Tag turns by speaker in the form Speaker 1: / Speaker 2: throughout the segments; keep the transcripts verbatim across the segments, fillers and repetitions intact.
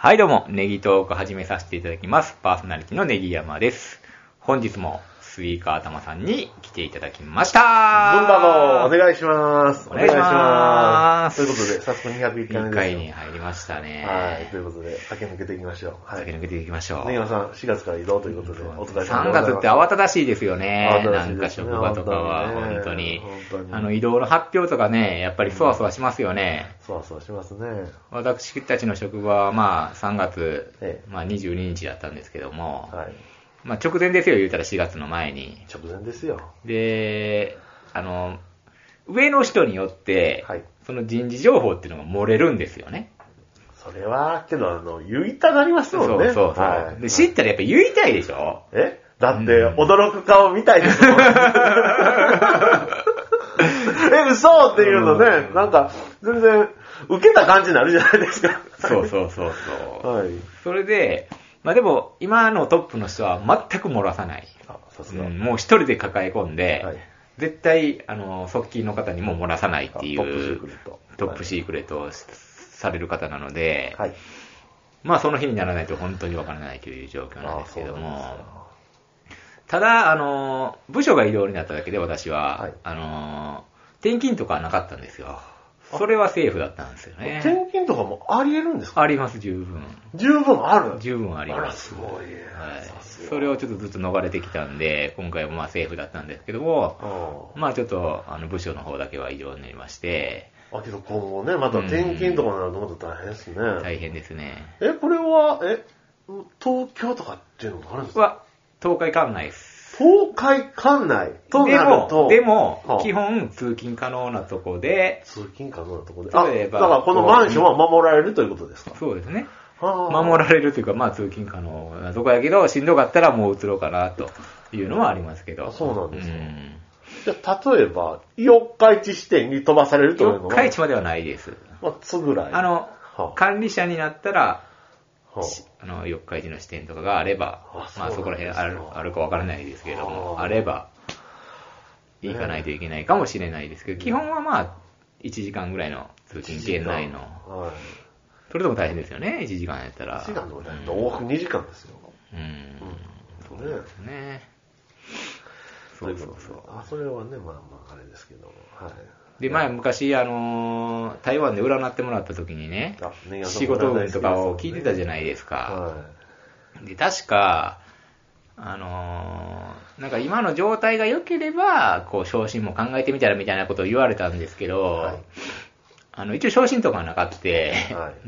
Speaker 1: はいどうも、ネギトーク始めさせていただきます。パーソナリティのネギ山です。本日もスイカ頭さんに来ていただきました。
Speaker 2: ブンバゴーお願いします。
Speaker 1: お願いします。
Speaker 2: ということで、早速にひゃくいっかいめですよ。
Speaker 1: いっかいに入りましたね。
Speaker 2: はい、ということで、駆け抜けていきましょう。はい、
Speaker 1: 駆け抜けていきましょう。
Speaker 2: ネギ山さん、しがつから移動ということで、お疲れ様です。
Speaker 1: さんがつって慌ただしいですよね。なんか職場とかは、本当に。あの、移動の発表とかね、やっぱりそわそわしますよね。
Speaker 2: そわそわしますね。
Speaker 1: 私たちの職場は、まあ、さんがつ、ええ、まあ、にじゅうににちだったんですけども、はい、まあ、直前ですよ、言うたらしがつの前に。
Speaker 2: 直前ですよ。
Speaker 1: で、あの、上の人によって、はい、その人事情報っていうのが漏れるんですよね。
Speaker 2: それは、けど、あの、言いたがりますもんね。
Speaker 1: そうそうそう。はい、で知ったらやっぱ言いたいでしょ？
Speaker 2: えだって、うん、驚く顔見たいですもん。え、嘘っていうのね、うん、なんか、全然、受けた感じになるじゃないですか。
Speaker 1: そうそうそうそう。はい。それで、まあでも、今のトップの人は全く漏らさない。あ、さすが。うん、もう一人で抱え込んで、はい、絶対、あの、側近の方にも漏らさないっていう、トップシークレット。トップシークレットをされる方なので、はい、まあその日にならないと本当にわからないという状況なんですけども、ただ、あの、部署が異動になっただけで私は、はい、あの、転勤とかはなかったんですよ。それはセーフだったんですよね。
Speaker 2: 転勤とかもあり得るんですか？
Speaker 1: あります、十分。
Speaker 2: 十分ある？
Speaker 1: 十分あります。
Speaker 2: あら、すごい。はい。
Speaker 1: それをちょっとずつ逃れてきたんで、今回もまあセーフだったんですけども、まあちょっと、あの、部署の方だけは異動になりまして、
Speaker 2: あ、けど今後ね、また転勤とかになるとまた大変ですね。
Speaker 1: うん、大変ですね。
Speaker 2: え、これは、え、東京とかっていうのもあるんですか？
Speaker 1: は、東海管内です。
Speaker 2: 東海管内となると。
Speaker 1: でも、でも、基本通勤可能なとこで。
Speaker 2: 通勤可能なとこで。例えば。だからこのマンションは守られるということですか？
Speaker 1: そうですね。守られるというか、まあ通勤可能なとこやけど、しんどかったらもう移ろうかなというのはありますけど。
Speaker 2: そうなんですか。うん、じゃあ、例えば、四日市支店に飛ばされるというのは？
Speaker 1: 四日市まではないです。
Speaker 2: まあ、つぐらい。
Speaker 1: あの、はあ、管理者になったら、はあ、あの四日市の支店とかがあれば、あまあそこら辺ある、あるかわからないですけれども、あれば、行かないといけないかもしれないですけど、ね、基本はまあ、いちじかんぐらいの通勤圏内の、はい、それでも大変ですよね、いちじかんやったら。
Speaker 2: いちじかんの往復にじかんですよ。うん。うん、
Speaker 1: そうですね。そうそうそう。
Speaker 2: あ、それはね、まあまああれですけど、はい。
Speaker 1: で、前昔、あのー、台湾で占ってもらった時にね、仕事運とかを聞いてたじゃないですか。はい、で、確か、あのー、なんか今の状態が良ければ、こう、昇進も考えてみたらみたいなことを言われたんですけど、はい、あの、一応昇進とかはなかった、はい、うん。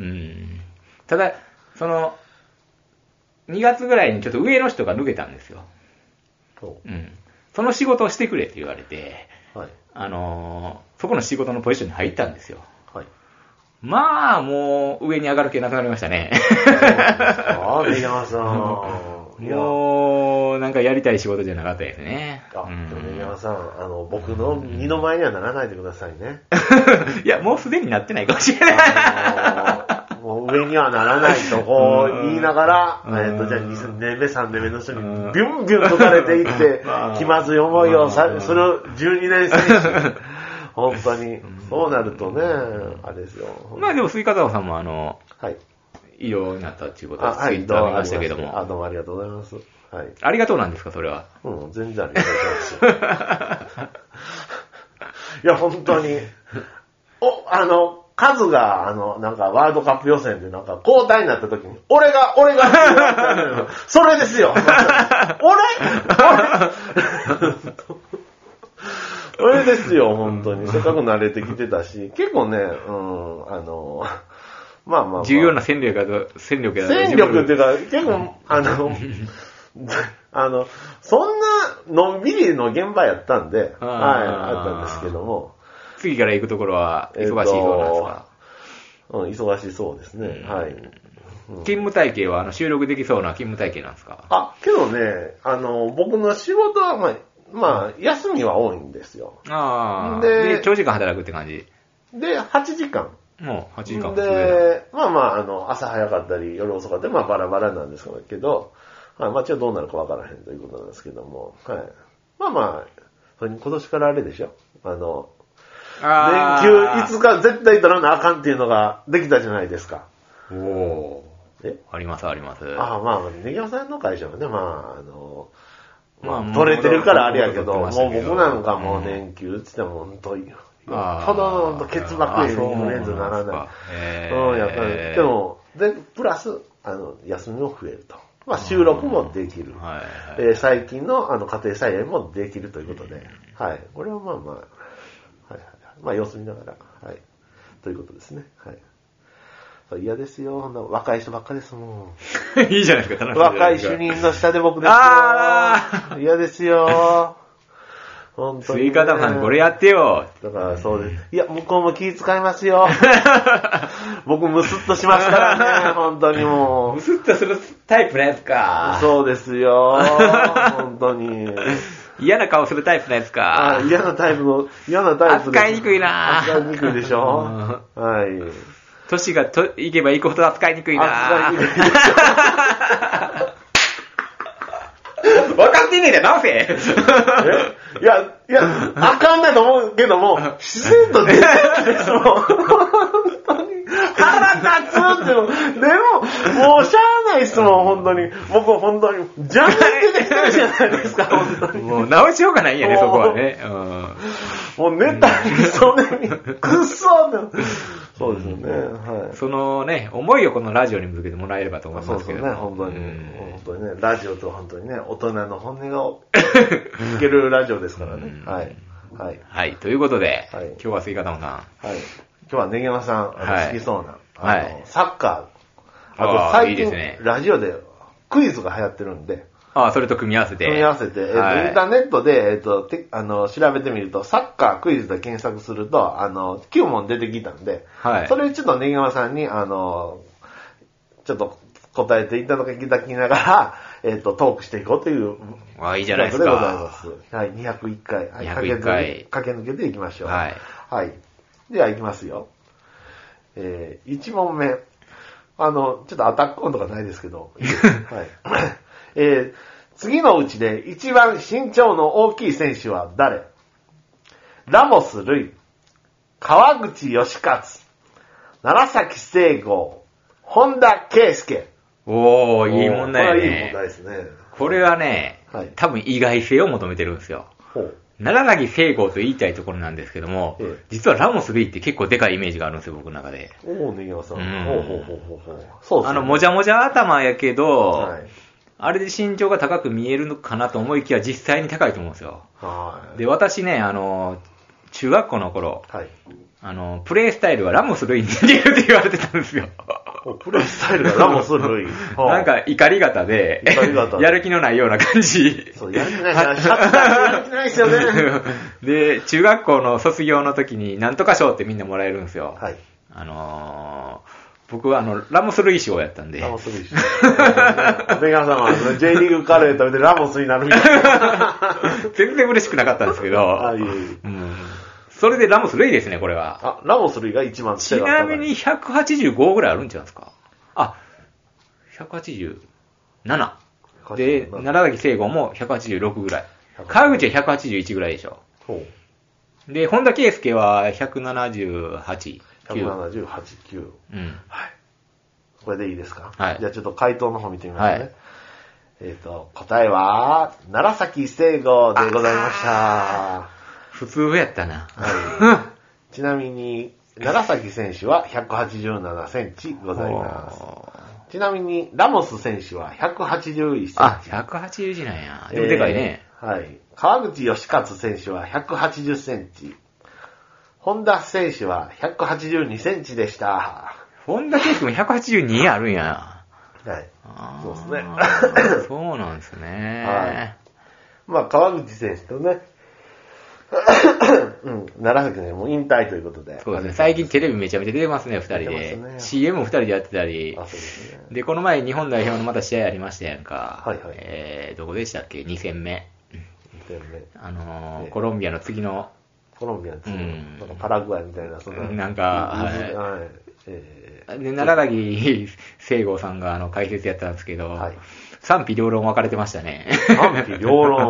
Speaker 1: ただ、その、にがつぐらいにちょっと上の人が抜けたんですよ。うん。その仕事をしてくれって言われて、はい、あのー、そこの仕事のポジションに入ったんですよ。はい、まあ、もう上に上がる気なくなりましたね。
Speaker 2: ああ、ネギ山さん。
Speaker 1: もう、なんかやりたい仕事じゃなかったですね。
Speaker 2: あ、うん、でもネギ山さん、あの、僕の二の前にはならないでくださいね。
Speaker 1: いや、もうすでになってないかもしれない。
Speaker 2: あのー、もう上にはならないとこう言いながら、えっと、じゃあにねんめ、さんねんめの人にビュンビュン解かれていって、気まずい思いをさ、それをじゅうにねん選手。本当に。そうなるとね、あれですよ。
Speaker 1: まあでも、スイカザオさんもあの、はい。異動になったっていうことはツイッター見ましたけども。
Speaker 2: あ、どうもありがとうございます。はい。
Speaker 1: ありがとうなんですか、それは。
Speaker 2: うん、全然ありがとうございます。いや、本当に。お、あの、カズが、あの、なんか、ワールドカップ予選で、なんか、交代になった時に、俺が、俺がって言われたのそれですよ。俺俺それですよ、本当に。せっかく慣れてきてたし、結構ね、うん、あの、まあまあ、まあ。
Speaker 1: 重要な戦力や、戦力や。
Speaker 2: 戦力っていうか、結構、あの、あの、そんな、のんびりの現場やったんで、はい、あったんですけども。
Speaker 1: 次から行くところは、忙しいそうなんですか、
Speaker 2: えー、うん、忙しそうですね、うん、はい。
Speaker 1: 勤務体系は、あの、収録できそうな勤務体系なんですか？
Speaker 2: あ、けどね、あの、僕の仕事は、まあ、まあ、休みは多いんですよ。
Speaker 1: ああ。で、長時間働くって感じ？
Speaker 2: で、はちじかん。
Speaker 1: もう、はちじかん。
Speaker 2: で、まあまあ、あの、朝早かったり、夜遅かったり、まあ、バラバラなんですけど、はい、まあ、ちょっとどうなるかわからへんということなんですけども、はい。まあまあ、それに今年からあれでしょ？あの、連休いつか絶対取らなあかんっていうのができたじゃないですか。
Speaker 1: おー。 えありますあります。
Speaker 2: ああ、まあ、ネギワさんの会社はね、まあ、あの、まあ、取れてるからあれやけど、もう僕なんかもう年休って言っても本当に、ほどの結膜炎にインフルエンザにならない。うん、やっぱり。でも、で、プラス、あの、休みも増えると。まあ、収録もできる。はい、えー、最近の、あの、家庭菜園もできるということで、はい。これはまあまあ、はいはい。まあ、様子見ながら、はい。ということですね。はい。嫌ですよ。若い人ばっかですも
Speaker 1: ん。いいじゃないですか、楽しい。
Speaker 2: 若い主任の下で僕ですよ。あ嫌ですよ。本当に、ね。スイカタさん
Speaker 1: これやってよ。
Speaker 2: だからそうです。いや、向こうも気遣いますよ。僕ムスッとしますからね、本当にもう。
Speaker 1: ムスッとするタイプのやつか。
Speaker 2: そうですよ。本当に。
Speaker 1: 嫌な顔するタイプのやつか。
Speaker 2: あ嫌なタイプの、嫌なタイプ
Speaker 1: 扱いにくいな
Speaker 2: 扱いにくいでしょ。はい。
Speaker 1: 年がといけばいくほど扱いにくいな扱いにくいでしょ。分かってねえで直せえ
Speaker 2: いや、いや、あかんなと思うけども、自然と出てきてですもん。本当に。腹立つっても、でも、もうしゃあないっすもん、本当に。僕は本当に、邪魔に出てきてるじゃないですか、本当に。
Speaker 1: もう直しようがないんやね、そこはね。うん、
Speaker 2: もうネタにそれに、くっそーって。そうですよね、はい。
Speaker 1: そのね、思いをこのラジオに向けてもらえればと思いますけど。
Speaker 2: そうですね、本当に。本当にね、ラジオと本当にね、大人の本音が聞けるラジオですからね。はい。
Speaker 1: はい。はい。ということで、はい、今日はスイカタモさん。はい。
Speaker 2: 今日はネギマさん、あの、はい、好きそうな、あの、はい、サッカー、あと最近いいです、ね、ラジオでクイズが流行ってるんで、
Speaker 1: ああ、それと組み合わせて。
Speaker 2: 組み合わせて、えーはい、インターネットで、えっ、ー、と、て、あの、調べてみると、サッカークイズで検索すると、あの、きゅう問出てきたんで、はい。それちょっとネギマさんに、あの、ちょっと答えていただきながら、えっ、ー、と、トークしていこうという、
Speaker 1: あ、いいじゃないですか。
Speaker 2: でございます。はい、にひゃくいっかい。はい、
Speaker 1: にひゃくいっかい。
Speaker 2: 駆け抜けていきましょう。
Speaker 1: はい。
Speaker 2: はい。では、いきますよ。えー、いち問目。あの、ちょっとアタック音とかないですけど、はい。えー、次のうちで一番身長の大きい選手は誰？ラモス・ルイ、川口義勝、楢崎正吾、本田圭佑。
Speaker 1: おー、いい問題ね。
Speaker 2: これはいい問題ですね。
Speaker 1: これはね、はい、多分意外性を求めてるんですよ。楢崎正吾と言いたいところなんですけども、ええ、実はラモス・ルイって結構でかいイメージがあるんですよ、僕の中で。
Speaker 2: おー、ネギワさん。うん、ほうほうほうほうほう。
Speaker 1: そうですね。あの、もじゃもじゃ頭やけど、はい、あれで身長が高く見えるのかなと思いきや実際に高いと思うんですよ。はい、で、私ね、あの、中学校の頃、はい、あの、プレイスタイルはラモス・ルイに似てるって言われてたんですよ。
Speaker 2: プレイスタイルがラモス・ルイ。
Speaker 1: なんか怒り型で、やる気のないような感じ。
Speaker 2: そう、やる気ないじゃん。シャッターやる気ないですよね。
Speaker 1: で、中学校の卒業の時になんとか賞ってみんなもらえるんですよ。はい。あのー、僕はあの、ラモス・ルイ賞やったんで。
Speaker 2: ラモス・ルイ賞。ネガさんは J リーグカレー食べてラモスになるみたいな。
Speaker 1: 全然嬉しくなかったんですけど。あ、いえいえ。うん。それでラモス・ルイですね、これは。
Speaker 2: あ、ラモス・ルイが一番
Speaker 1: ちなみにひゃくはちじゅうごぐらいあるんちゃうんですか？あ、ひゃくはちじゅうなな。で、楢崎正吾もひゃくはちじゅうろくぐらい。川口はひゃくはちじゅういちぐらいでしょ。ほう。で、本田圭佑はひゃくななじゅうはち。
Speaker 2: ひゃくななじゅうはち、きゅう。うん。はい。これでいいですか？はい。じゃあちょっと回答の方見てみますね。はい、えっ、ー、と、答えは、楢崎正吾でございました。
Speaker 1: 普通やったな。
Speaker 2: はい。ちなみに、楢崎選手はひゃくはちじゅうななセンチございます。ちなみに、ラモス選手はひゃくはちじゅういちセンチ。
Speaker 1: あ、ひゃくはちじゅういちなんや。でもでかいね、
Speaker 2: えー。はい。川口義勝選手はひゃくはちじゅっセンチ。本田選手はひゃくはちじゅうにセンチでした。
Speaker 1: 本田圭佑もひゃくはちじゅうにあるんや。
Speaker 2: はい。そうですね。
Speaker 1: そうなんですね。
Speaker 2: はい。まあ、川口選手とね、うん、楢崎ね、もう引退ということで。
Speaker 1: そうですね。最近テレビめちゃめちゃ出てますね、二人で。ね、シーエム も二人でやってたり。あ、そうですね。で、この前日本代表のまた試合ありましたやんか。はいはい。えー、どこでしたっけ ?に 戦目。に戦目。あのーね、コロンビアの次の。
Speaker 2: コロンビアの次の。うん、なんかパラグアイみたいな、そんな。
Speaker 1: なんか、はい。はい、えー、で、楢崎正吾さんがあの解説やったんですけど、はい、賛否両論分かれてましたね。
Speaker 2: 賛否両論。お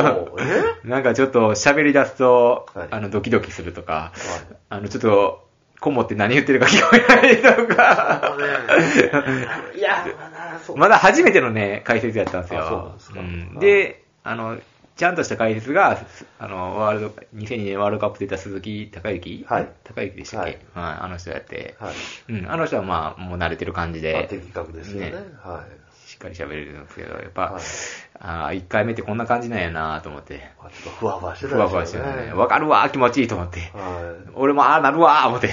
Speaker 1: えなんかちょっと喋り出すと、はい、あのドキドキするとか、はい、あのちょっとこもって何言ってるか聞こえないとか。
Speaker 2: いや、
Speaker 1: まだ初めてのね、解説やったんですよ。
Speaker 2: そうなんですか。
Speaker 1: うん、で、あの、ちゃんとした解説が、あの、ワールド、にせんにねんワールドカップで出た鈴木孝之、
Speaker 2: はい、
Speaker 1: 孝之でしたっけ、はい、はい、あの人やって、
Speaker 2: はい、
Speaker 1: うん、あの人はまあ、もう慣れてる感じで。まあ、
Speaker 2: 的確ですよね。ね、はい。
Speaker 1: しっかり喋れるんですけど、やっぱ、はい、ああ、いっかいめってこんな感じなんやなと思って。
Speaker 2: ちょっとふわふわしてた
Speaker 1: ね。ふわふわしてたね。わかるわ、気持ちいいと思って。
Speaker 2: はい、
Speaker 1: 俺もああなるわ、思って。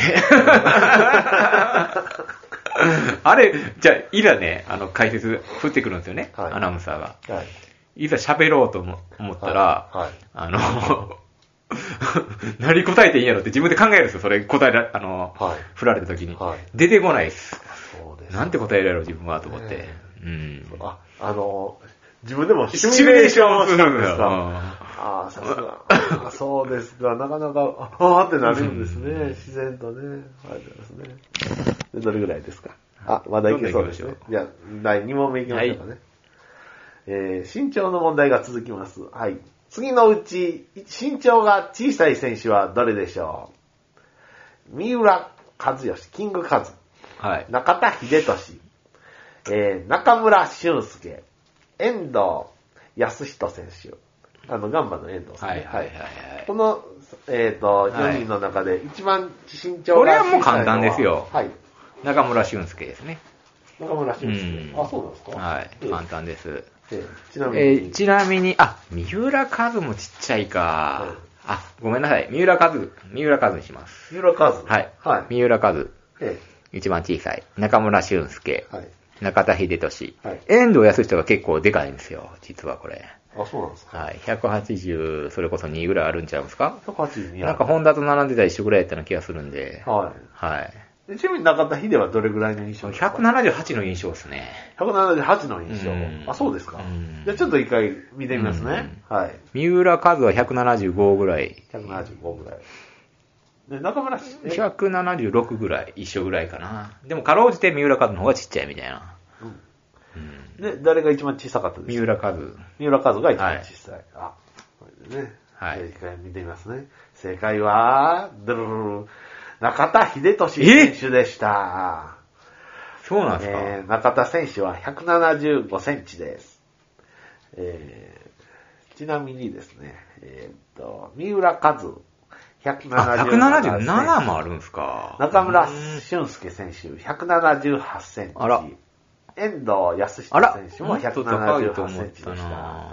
Speaker 1: あれ、じゃあ、いざね、あの、解説振ってくるんですよね、はい、アナウンサーが。はい、いざ喋ろうと思ったら、はいはい、あの、何答えていいんやろって自分で考えるんですよ、それ答えら、あの、はい、振られた時に、はい。出てこないです。そうです。なんて答えるやろ、自分は、と思って。うん。
Speaker 2: あ、あの、自分でもシミュレーションをしたんですか。ああ、さすが。あそうですか。なかなか、ああってなるんですね。うん、自然とね。ありがとうございますね。でどれぐらいですか。あ、まだいけそうですね。じゃあ、だいに問目いきましょうかね。はい、えー、身長の問題が続きます。はい。次のうち、身長が小さい選手はどれでしょう。三浦和義、キングカズ。はい。中田秀俊。えー、中村俊輔。遠藤康人選手。あの、ガンバの遠藤さん、ね。はいはいはい、はい。この、えっ、ー、と、よにんの中で一番身長が小さいのは、これは
Speaker 1: もう簡単ですよ。はい。中村俊輔ですね。
Speaker 2: 中村俊輔。うん、あ、そうなんですか。
Speaker 1: はい。えー、簡単です。
Speaker 2: えー、ちなみに、
Speaker 1: えー、ちなみに、あ、三浦和もちっちゃいか。はい、あ、ごめんなさい。三浦和、三浦和にします。
Speaker 2: 三浦和
Speaker 1: はい。はい。三浦和。えー、一番小さい。中村俊輔。はい。中田秀俊。はい。遠藤康人が結構でかいんですよ。実はこれ。
Speaker 2: あ、そうなんですか。
Speaker 1: はい。ひゃくはちじゅう、それこそにぐらいあるんちゃいますか？
Speaker 2: ひゃくはちじゅうに
Speaker 1: なんかホンダと並んでたら一緒ぐらいやったような気がするんで。
Speaker 2: はい。
Speaker 1: はい。
Speaker 2: ちなみに中田秀はどれぐらいの印象ですか？
Speaker 1: ひゃくななじゅうはちの印象ですね。
Speaker 2: ひゃくななじゅうはちの印象。あ、そうですか。じゃあちょっと一回見てみますね。はい。
Speaker 1: 三浦和はひゃくななじゅうごぐらい。
Speaker 2: ひゃくななじゅうごぐらい。で、中村
Speaker 1: ひゃくななじゅうろくぐらい、一緒ぐらいかな。でもかろうじて三浦和の方がちっちゃいみたいな。
Speaker 2: うん。で、誰が一番小さかったですか？
Speaker 1: 三浦和。
Speaker 2: 三浦和が一番小さい。はい、あ、これでね。はい。一回見てみますね。正解は、ドゥルルル中田秀俊選手でした。
Speaker 1: そうなんですか、
Speaker 2: えー、中田選手はひゃくななじゅうごセンチです。えー、ちなみにですね、えー、っと、三浦和、ひゃくななじゅうななセンチ。
Speaker 1: ひゃくななじゅうななもあるんですか。
Speaker 2: 中村俊輔選手、ひゃくななじゅうはちセンチ。あら。遠藤康人選手もひゃくななじゅうはちセンチでした。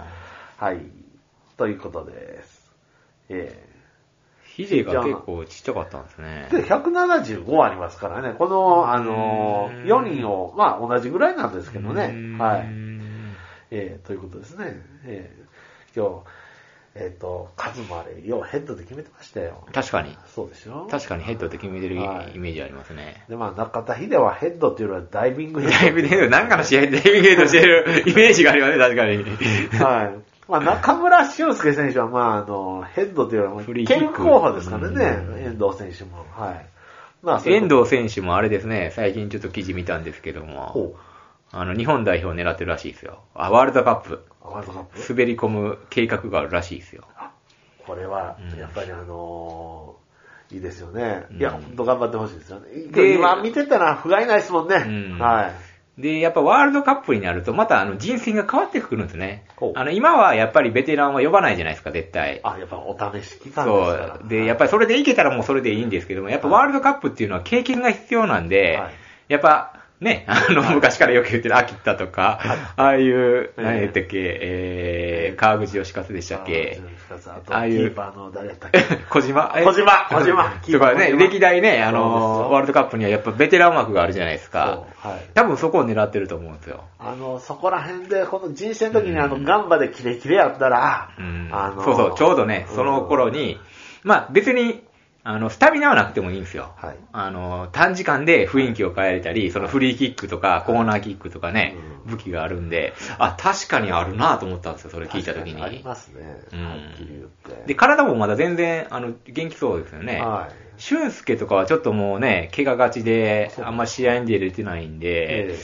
Speaker 2: はい。ということです。えー
Speaker 1: ヒデが結構ちっちゃかったんですね。
Speaker 2: で、ひゃくななじゅうごありますからね。この、あのー、よにんを、まあ同じぐらいなんですけどね。はい。えー、ということですね。えー、今日、えっ、ー、と、数もあれ、ようヘッドで決めてましたよ。
Speaker 1: 確かに。
Speaker 2: そうでしょ？
Speaker 1: 確かにヘッドで決めてるイメージありますね。はい、
Speaker 2: で、まあ中田秀はヘッドっていうよりはダイビングヘッド。
Speaker 1: ダイビングヘッド、なんかの試合でダイビングヘッドしてるイメージがありますね、確かに。
Speaker 2: はい。まあ、中村俊輔選手は、まあ、あの、ヘッドというよりも、剣候補ですからね、遠藤選手も。はい。
Speaker 1: まあ、遠藤選手もあれですね、最近ちょっと記事見たんですけども、あの、日本代表を狙ってるらしいですよ。あ、ワールドカップ。
Speaker 2: ワールドカップ
Speaker 1: 滑り込む計画があるらしいですよ。
Speaker 2: これは、やっぱりあのー、いいですよね。いや、ほんと頑張ってほしいですよね。で、今見てたら、不甲斐ないですもんね。うん、はい。
Speaker 1: で、やっぱワールドカップになると、またあの人選が変わってくるんですね。あの、今はやっぱりベテランは呼ばないじゃないですか、絶対。
Speaker 2: あ、やっぱお試し期間ですから。
Speaker 1: そう。で、やっぱりそれでいけたらもうそれでいいんですけども、やっぱワールドカップっていうのは経験が必要なんで、はい、やっぱ、ね、あの、昔からよく言ってる秋田とか、はい、ああいう、何言ったっけ、えー、川口義勝でしたっけ、
Speaker 2: ああいう、キーパーの誰だったっけ
Speaker 1: 小島
Speaker 2: 小島小島
Speaker 1: とかね、歴代ね、あの、ワールドカップにはやっぱベテラン枠があるじゃないですか。はい、多分そこを狙ってると思うんですよ。
Speaker 2: あの、そこら辺で、この人生の時にあの、ガンバでキレキレやったら、
Speaker 1: うん、あの、そうそう、ちょうどね、その頃に、まあ別に、あの、スタミナはなくてもいいんですよ。はい。あの、短時間で雰囲気を変えれたり、そのフリーキックとか、コーナーキックとかね、うん、武器があるんで、あ、確かにあるなと思ったんですよ、それ聞いたときに。
Speaker 2: ありますね。うん。はっきり言って。
Speaker 1: で、体もまだ全然、あの、元気そうですよね。はい。俊介とかはちょっともうね、怪我がちで、あんま試合に出れてないんで、えー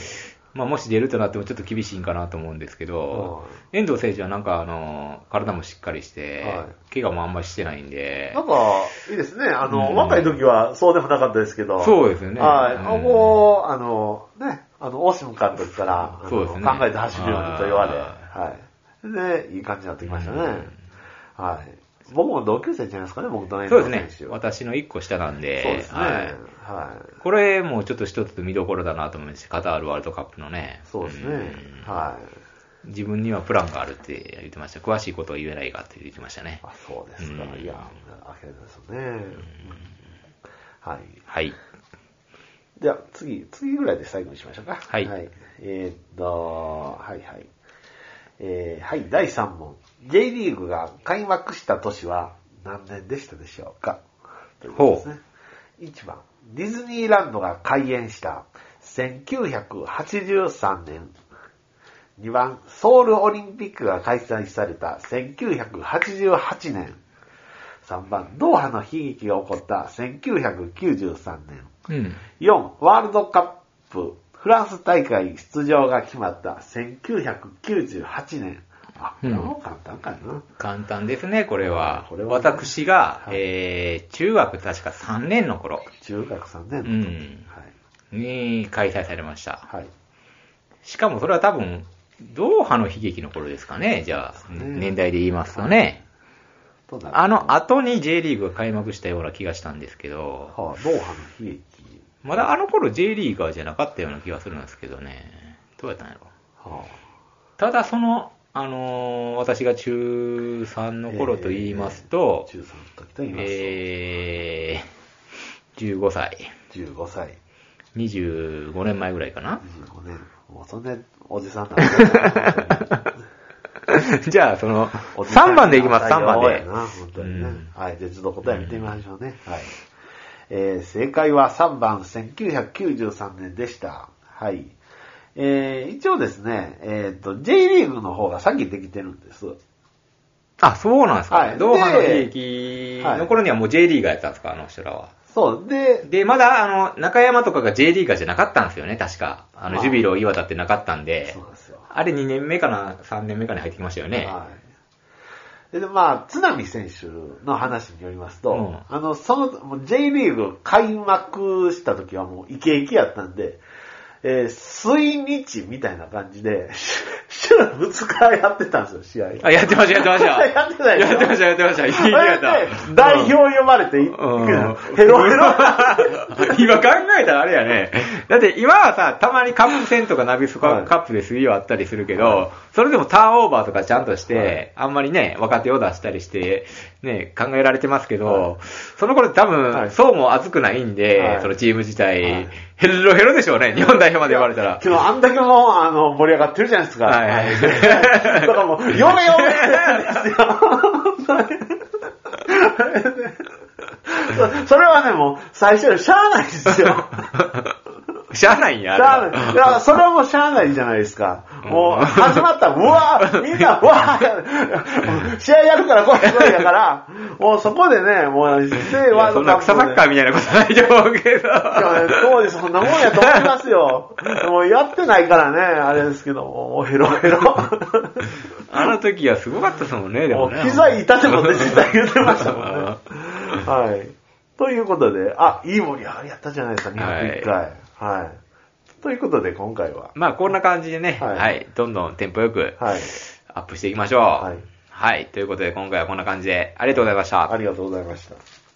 Speaker 1: まあ、もし出るとなってもちょっと厳しいんかなと思うんですけど、うん、遠藤選手はなんかあの、体もしっかりして、はい、怪我もあんまりしてないんで。
Speaker 2: なんか、いいですね。あの、うん、若い時はそうでもなかったですけど。
Speaker 1: そうですよね。
Speaker 2: はい。うん、もう、あの、ね、あの、オシム監督から、そうですね、考えて走るようにと言われ、はい。で、いい感じになってきましたね。うん、はい。僕も同級生じゃないですかね、僕と遠藤選手。
Speaker 1: そうですね。私の一個下なんで。
Speaker 2: そうですね。はい。はい、
Speaker 1: これもちょっと一つ見どころだなと思いますし、カタールワールドカップのね。
Speaker 2: そうですね。うん、はい。
Speaker 1: 自分にはプランがあるって言ってました。詳しいことを言えないかって言ってましたね。
Speaker 2: あ、そうですか。うん、いや、あけですね、うん。はい。
Speaker 1: はい。
Speaker 2: では、次、次ぐらいで最後にしましょうか。
Speaker 1: はい。
Speaker 2: はい、えー、っと、はいはい。えー、はい、だいさん問。J リーグが開幕した年は何年でしたでしょうか。ということですね。いちばん、ディズニーランドが開園したせんきゅうひゃくはちじゅうさんねん。にばん、ソウルオリンピックが開催されたせんきゅうひゃくはちじゅうはちねん。さんばん、ドーハの悲劇が起こったせんきゅうひゃくきゅうじゅうさんねん。うん、よん、ワールドカップフランス大会出場が決まったせんきゅうひゃくきゅうじゅうはちねん。あ、これも簡単かな、うん。
Speaker 1: 簡単ですね、これは。これはね、私が、はい、えー、中学確かさんねんの頃。
Speaker 2: 中学さんねんの頃、
Speaker 1: うん、はい、に開催されました。はい。しかもそれは多分、ドーハの悲劇の頃ですかね、じゃあ、ね、年代で言いますとね。はい、あの後に J リーグが開幕したような気がしたんですけど。
Speaker 2: はあ、ドーハの悲劇。
Speaker 1: まだあの頃 J リーガーじゃなかったような気がするんですけどね。どうやったんやろ。はあ、ただその、あのー、私が中さんの頃と言いますと、
Speaker 2: えー、中さんの時と言いますと、
Speaker 1: えー、じゅうごさい。
Speaker 2: じゅうごさい。
Speaker 1: にじゅうごねんまえぐらいかな。
Speaker 2: にじゅうごねん。もうそんなおじさんなんだ
Speaker 1: じゃあ、その、さんばんでいきます、さんばんで。
Speaker 2: な本当にね、うん。はい、じゃあちょっと答え見てみましょうね。うん、はい。えー、正解はさんばん、せんきゅうひゃくきゅうじゅうさんねんでした。はい。えー、一応ですね、えっ、ー、と、J リーグの方が先できてるんです。
Speaker 1: あ、そうなんですか。はい、ドーハの悲劇の頃にはもう J リーガーやったんですか、あの人らは。
Speaker 2: そう。で、
Speaker 1: で、まだ、あの、中山とかが J リーガーじゃなかったんですよね、確か。あの、ジュビロ岩田ってなかったんで。そうですよ。あれにねんめかな、さんねんめかに入ってきましたよね。はい。
Speaker 2: で、まあ、津波選手の話によりますと、うん、あの、その、J リーグ開幕した時はもうイケイケやったんで、えー、水日みたいな感じで、週ふつかやってたんですよ、試合。
Speaker 1: あ、やってました、やってました。
Speaker 2: やってない
Speaker 1: やってました、やってました。いけいけやった。
Speaker 2: 代表呼ばれて、うん、ヘロヘロ。
Speaker 1: 今考えたらあれやね。だって今はさ、たまにカップ戦とかナビスカップで水曜あったりするけど、はい、それでもターンオーバーとかちゃんとして、はい、あんまりね、若手を出したりして、ね、考えられてますけど、はい、その頃多分、はい、そうも熱くないんで、はい、そのチーム自体、はい、ヘロヘロでしょうね、日本代表まで呼ばれたら。
Speaker 2: 今日あんだけもあの盛り上がってるじゃないですか。はいはい。だからもう、呼べ呼べってですよ。それはね、もう、最初よりしゃあないですよ。
Speaker 1: しゃあないんや。
Speaker 2: しゃあない。いや、それはもうしゃあないじゃないですか。もう、始まったら、うわーみんな、うわー試合やるから来い来いやから、もうそこでね、もう、で、
Speaker 1: ワールドカップ。そんな草サッカーみたいなことないと思うけど。
Speaker 2: そうです、そんなもんやと思いますよ。もうやってないからね、あれですけど、もうヘロヘロ。
Speaker 1: あの時はすごかったですもんね、でもね。
Speaker 2: もう膝痛ても絶対言ってましたもんね。はい。ということで、あ、いい盛り上がりやったじゃないですか、にひゃくいっかい。はいはい。ということで、今回は。
Speaker 1: まあ、こんな感じでね、はい、はい、どんどんテンポよく、はい、アップしていきましょう。はい。はい。ということで、今回はこんな感じで、ありがとうございました。
Speaker 2: ありがとうございました。